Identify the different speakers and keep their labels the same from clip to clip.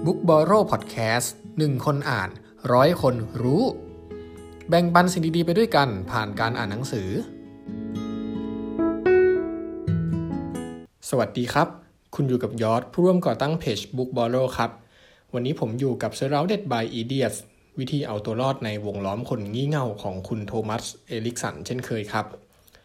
Speaker 1: Book Borrow Podcast 1 คนอ่าน100 คนรู้แบ่งปันสิ่งดีๆไปด้วยกันผ่านการอ่านหนังสือสวัสดีครับคุณอยู่กับยอดผู้ร่วมก่อตั้งเพจ Book Borrow ครับวันนี้ผมอยู่กับ Surrounded by Idiots วิธีเอาตัวรอดในวงล้อมคนงี่เง่าของคุณโทมัสเอริกสันเช่นเคยครับ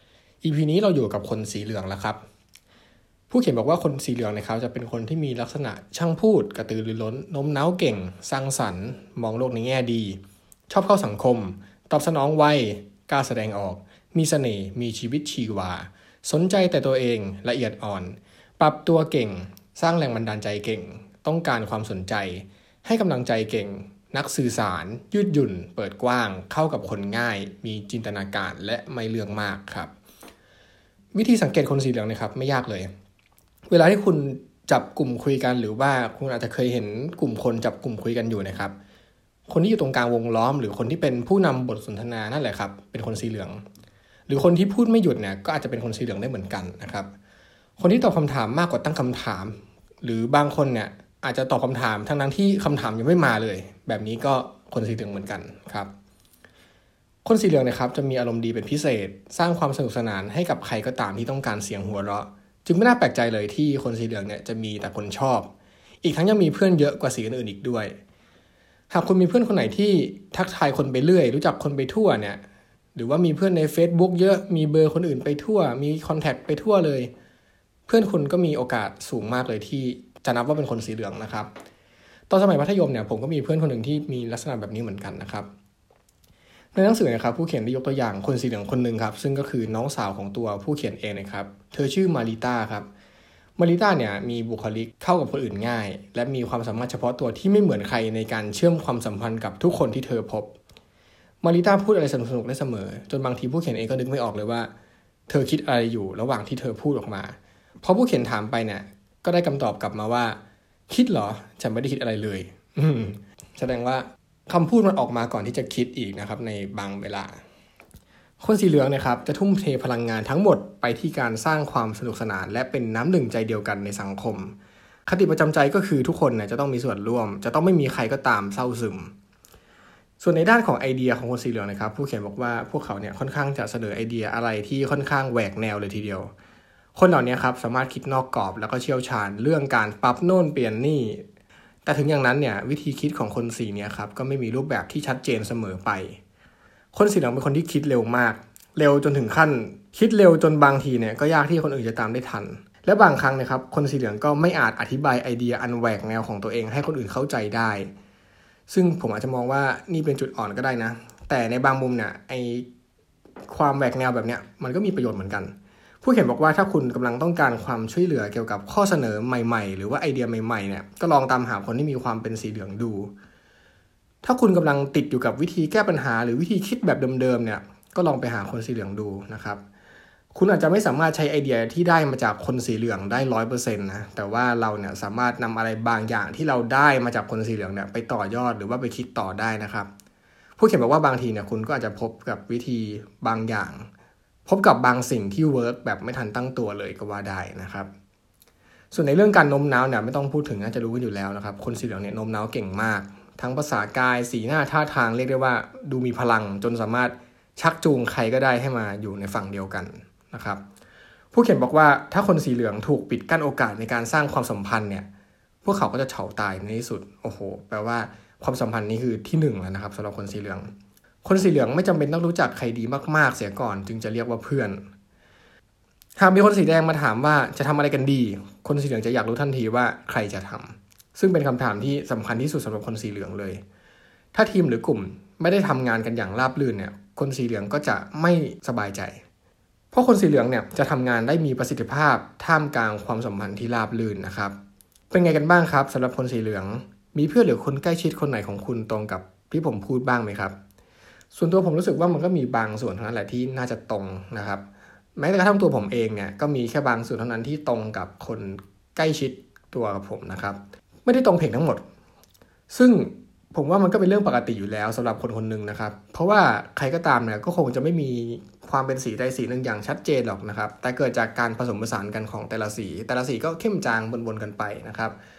Speaker 1: EP นี้เราอยู่กับคนสีเหลืองแล้วครับผู้เขียนบอกว่าคนสีเหลืองนะครับจะเป็นคนที่มีลักษณะช่างพูดกระตือรือร้นโน้มน้าวเก่งสร้างสรรค์มองโลกในแง่ดีชอบเข้าสังคมตอบสนองไวกล้าแสดงออกมีเสน่ห์มีชีวิตชีวาสนใจแต่ตัวเองละเอียดอ่อนปรับตัวเก่งสร้างแรงบันดาลใจเก่งต้องการความสนใจให้กำลังใจเก่งนักสื่อสารยืดหยุ่นเปิดกว้างเข้ากับคนง่ายมีจินตนาการและไม่เลือกมากครับวิธีสังเกตคนสีเหลืองนะครับไม่ยากเลยเวลาที่คุณจับกลุ่มคุยกันหรือว่าคุณอาจจะเคยเห็นกลุ่มคนจับกลุ่มคุยกันอยู่นะครับคนที่อยู่ตรงกลางวงล้อมหรือคนที่เป็นผู้นำบทสนทนานั่นแหละครับเป็นคนสีเหลืองหรือคนที่พูดไม่หยุดเนี่ยก็อาจจะเป็นคนสีเหลืองได้เหมือนกันนะครับคนที่ตอบคำถามมากกว่าตั้งคำถามหรือบางคนเนี่ยอาจจะตอบคำถามทั้งที่คำถามยังไม่มาเลยแบบนี้ก็คนสีเหลืองเหมือนกันครับคนสีเหลืองนะครับจะมีอารมณ์ดีเป็นพิเศษสร้างความสนุกสนานให้กับใครก็ตามที่ต้องการเสียงหัวเราะจึงไม่น่าแปลกใจเลยที่คนสีเหลืองเนี่ยจะมีแต่คนชอบอีกทั้งยังมีเพื่อนเยอะกว่าสีอื่นๆอีกด้วยหากคุณมีเพื่อนคนไหนที่ทักทายคนไปเรื่อยรู้จักคนไปทั่วเนี่ยหรือว่ามีเพื่อนใน Facebook เยอะมีเบอร์คนอื่นไปทั่วมีคอนแทคไปทั่วเลยเพื่อนคุณก็มีโอกาสสูงมากเลยที่จะนับว่าเป็นคนสีเหลืองนะครับตอนสมัยมัธยมเนี่ยผมก็มีเพื่อนคนหนึ่งที่มีลักษณะแบบนี้เหมือนกันนะครับในหนังสือนะครับผู้เขียนได้ยกตัวอย่างคนสีเหลืองคนหนึ่งครับซึ่งก็คือน้องสาวของตัวผู้เขียนเองนะครับเธอชื่อมาริต้าครับมาริต้าเนี่ยมีบุคลิกเข้ากับคนอื่นง่ายและมีความสามารถเฉพาะตัวที่ไม่เหมือนใครในการเชื่อมความสัมพันธ์กับทุกคนที่เธอพบมาริต้าพูดอะไรสนุกๆได้เสมอจนบางทีผู้เขียนเองก็นึกไม่ออกเลยว่าเธอคิดอะไรอยู่ระหว่างที่เธอพูดออกมาพอผู้เขียนถามไปเนี่ยก็ได้คำตอบกลับมาว่าคิดเหรอฉันไม่ได้คิดอะไรเลยแสดงว่าคำพูดมันออกมาก่อนที่จะคิดอีกนะครับในบางเวลาคนสีเหลืองนะครับจะทุ่มเทพลังงานทั้งหมดไปที่การสร้างความสนุกสนานและเป็นน้ำหนึ่งใจเดียวกันในสังคมคติประจำใจก็คือทุกคนเนี่ยจะต้องมีส่วนร่วมจะต้องไม่มีใครก็ตามเศร้าซึมส่วนในด้านของไอเดียของคนสีเหลืองนะครับผู้เขียนบอกว่าพวกเขาเนี่ยค่อนข้างจะเสนอไอเดียอะไรที่ค่อนข้างแหวกแนวเลยทีเดียวคนเหล่านี้ครับสามารถคิดนอกกรอบแล้วก็เชี่ยวชาญเรื่องการปรับโน่นเปลี่ยนนี่แต่ถึงอย่างนั้นเนี่ยวิธีคิดของคนสีเนี่ยครับก็ไม่มีรูปแบบที่ชัดเจนเสมอไปคนสีเหลืองเป็นคนที่คิดเร็วมากเร็วจนถึงขั้นคิดเร็วจนบางทีเนี่ยก็ยากที่คนอื่นจะตามได้ทันและบางครั้งนะครับคนสีเหลืองก็ไม่อาจอธิบายไอเดียอันแหวกแนวของตัวเองให้คนอื่นเข้าใจได้ซึ่งผมอาจจะมองว่านี่เป็นจุดอ่อนก็ได้นะแต่ในบางมุมเนี่ยไอความแหวกแนวแบบเนี้ยมันก็มีประโยชน์เหมือนกันผู้เขียนบอกว่าถ้าคุณกำลังต้องการความช่วยเหลือเกี่ยวกับข้อเสนอใหม่ๆหรือว่าไอเดียใหม่ๆเนี่ยก็ลองตามหาคนที่มีความเป็นสีเหลืองดูถ้าคุณกำลังติดอยู่กับวิธีแก้ปัญหาหรือวิธีคิดแบบเดิมๆเนี่ยก็ลองไปหาคนสีเหลืองดูนะครับคุณอาจจะไม่สามารถใช้ไอเดียที่ได้มาจากคนสีเหลืองได้ 100% นะแต่ว่าเราเนี่ยสามารถนำอะไรบางอย่างที่เราได้มาจากคนสีเหลืองเนี่ยไปต่อยอดหรือว่าไปคิดต่อได้นะครับผู้เขียนบอกว่าบางทีเนี่ยคุณก็อาจจะพบกับวิธีบางอย่างพบกับบางสิ่งที่เวิร์กแบบไม่ทันตั้งตัวเลยก็ว่าได้นะครับส่วนในเรื่องการโน้มน้าวเนี่ยไม่ต้องพูดถึงน่าจะรู้กันอยู่แล้วนะครับคนสีเหลืองเนี่ยโน้มน้าวเก่งมากทั้งภาษากายสีหน้าท่าทางเรียกได้ว่าดูมีพลังจนสามารถชักจูงใครก็ได้ให้มาอยู่ในฝั่งเดียวกันนะครับผู้เขียนบอกว่าถ้าคนสีเหลืองถูกปิดกั้นโอกาสในการสร้างความสัมพันธ์เนี่ยพวกเขาก็จะเฉาตายในที่สุดโอ้โหแปลว่าความสัมพันธ์นี้คือที่1แล้วนะครับสำหรับคนสีเหลืองคนสีเหลืองไม่จำเป็นต้องรู้จักใครดีมากๆเสียก่อนจึงจะเรียกว่าเพื่อนหากมีคนสีแดงมาถามว่าจะทำอะไรกันดีคนสีเหลืองจะอยากรู้ทันทีว่าใครจะทำซึ่งเป็นคำถามที่สำคัญที่สุดสำหรับคนสีเหลืองเลยถ้าทีมหรือกลุ่มไม่ได้ทำงานกันอย่างราบรื่นเนี่ยคนสีเหลืองก็จะไม่สบายใจเพราะคนสีเหลืองเนี่ยจะทำงานได้มีประสิทธิภาพท่ามกลางความสัมพันธ์ที่ราบรื่นนะครับเป็นไงกันบ้างครับสำหรับคนสีเหลืองมีเพื่อนหรือคนใกล้ชิดคนไหนของคุณตรงกับที่ผมพูดบ้างไหมครับส่วนตัวผมรู้สึกว่ามันก็มีบางส่วนเท่านั้นแหละที่น่าจะตรงนะครับแม้แต่กระทั่งตัวผมเองเนี่ยก็มีแค่บางส่วนเท่านั้นที่ตรงกับคนใกล้ชิดตัวกับผมนะครับไม่ได้ตรงเพลงทั้งหมดซึ่งผมว่ามันก็เป็นเรื่องปกติอยู่แล้วสำหรับคนคนหนึ่งนะครับเพราะว่าใครก็ตามเนี่ยก็คงจะไม่มีความเป็นสีใดสีหนึ่งอย่างชัดเจนหรอกนะครับแต่เกิดจากการผสมผสานกันของแต่ละสีก็เข้มจางบนๆกันไปนะครับ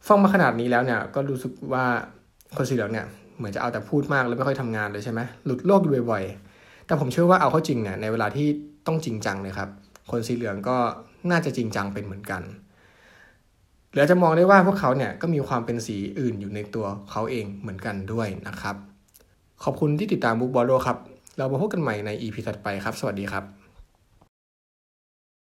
Speaker 1: ฟังมาขนาดนี้แล้วเนี่ยก็รู้สึกว่าคนสีเหลืองเนี่ยเหมือนจะเอาแต่พูดมากแล้วไม่ค่อยทำงานเลยใช่ไหมหลุดโลกอยู่บ่อยๆแต่ผมเชื่อว่าเอาเข้าจริงเนี่ยในเวลาที่ต้องจริงจังเลยครับคนสีเหลืองก็น่าจะจริงจังเป็นเหมือนกันหรือจะมองได้ว่าพวกเขาเนี่ยก็มีความเป็นสีอื่นอยู่ในตัวเขาเองเหมือนกันด้วยนะครับขอบคุณที่ติดตามบุ๊กบอลโลครับเรามาพบกันใหม่ใน EP ถัดไปครับสวัสดีครับ